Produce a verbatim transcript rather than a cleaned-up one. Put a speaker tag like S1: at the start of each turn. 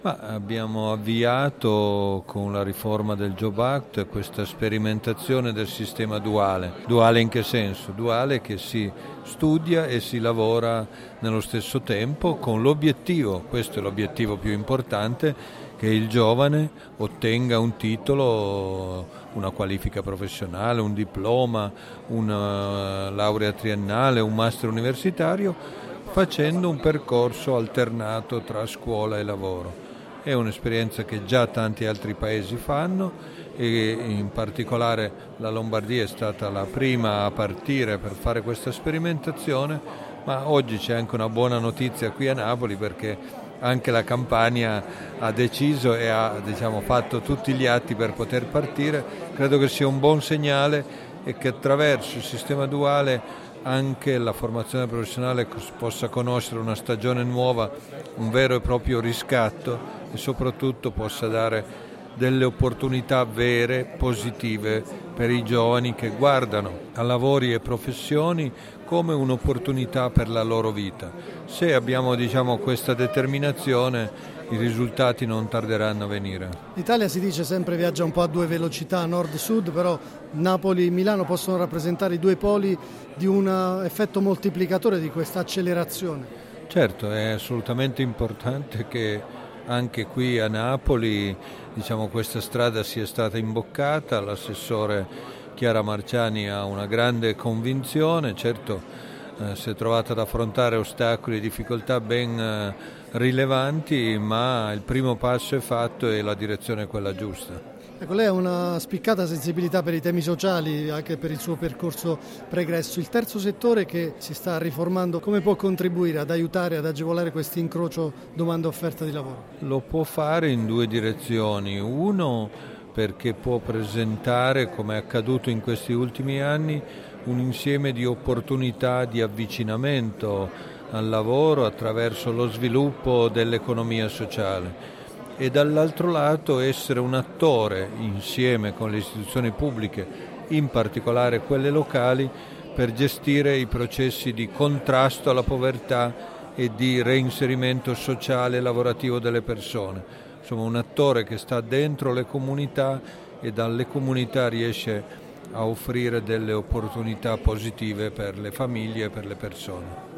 S1: Ma abbiamo avviato con la riforma del Job Act questa sperimentazione del sistema duale. Duale in che senso? Duale che si studia e si lavora nello stesso tempo con l'obiettivo, questo è l'obiettivo più importante, che il giovane ottenga un titolo, una qualifica professionale, un diploma, una laurea triennale, un master universitario, facendo un percorso alternato tra scuola e lavoro. È un'esperienza che già tanti altri paesi fanno e in particolare la Lombardia è stata la prima a partire per fare questa sperimentazione, ma oggi c'è anche una buona notizia qui a Napoli perché anche la Campania ha deciso e ha diciamo, fatto tutti gli atti per poter partire. Credo che sia un buon segnale e che attraverso il sistema duale anche la formazione professionale possa conoscere una stagione nuova, un vero e proprio riscatto e soprattutto possa dare delle opportunità vere, positive per i giovani che guardano a lavori e professioni come un'opportunità per la loro vita. Se abbiamo diciamo, questa determinazione i risultati non tarderanno a venire.
S2: L'Italia si dice sempre viaggia un po' a due velocità, nord-sud, però Napoli e Milano possono rappresentare i due poli di un effetto moltiplicatore di questa accelerazione.
S1: Certo, è assolutamente importante che anche qui a Napoli diciamo, questa strada sia stata imboccata, l'assessore Chiara Marciani ha una grande convinzione, certo eh, si è trovata ad affrontare ostacoli e difficoltà ben eh, rilevanti, ma il primo passo è fatto e la direzione è quella giusta.
S2: Ecco, lei ha una spiccata sensibilità per i temi sociali, anche per il suo percorso pregresso. Il terzo settore che si sta riformando, come può contribuire ad aiutare, ad agevolare questo incrocio domanda-offerta di lavoro?
S1: Lo può fare in due direzioni. Uno, perché può presentare, come è accaduto in questi ultimi anni, un insieme di opportunità di avvicinamento al lavoro attraverso lo sviluppo dell'economia sociale. E dall'altro lato essere un attore insieme con le istituzioni pubbliche, in particolare quelle locali, per gestire i processi di contrasto alla povertà e di reinserimento sociale e lavorativo delle persone. Insomma, un attore che sta dentro le comunità e dalle comunità riesce a offrire delle opportunità positive per le famiglie e per le persone.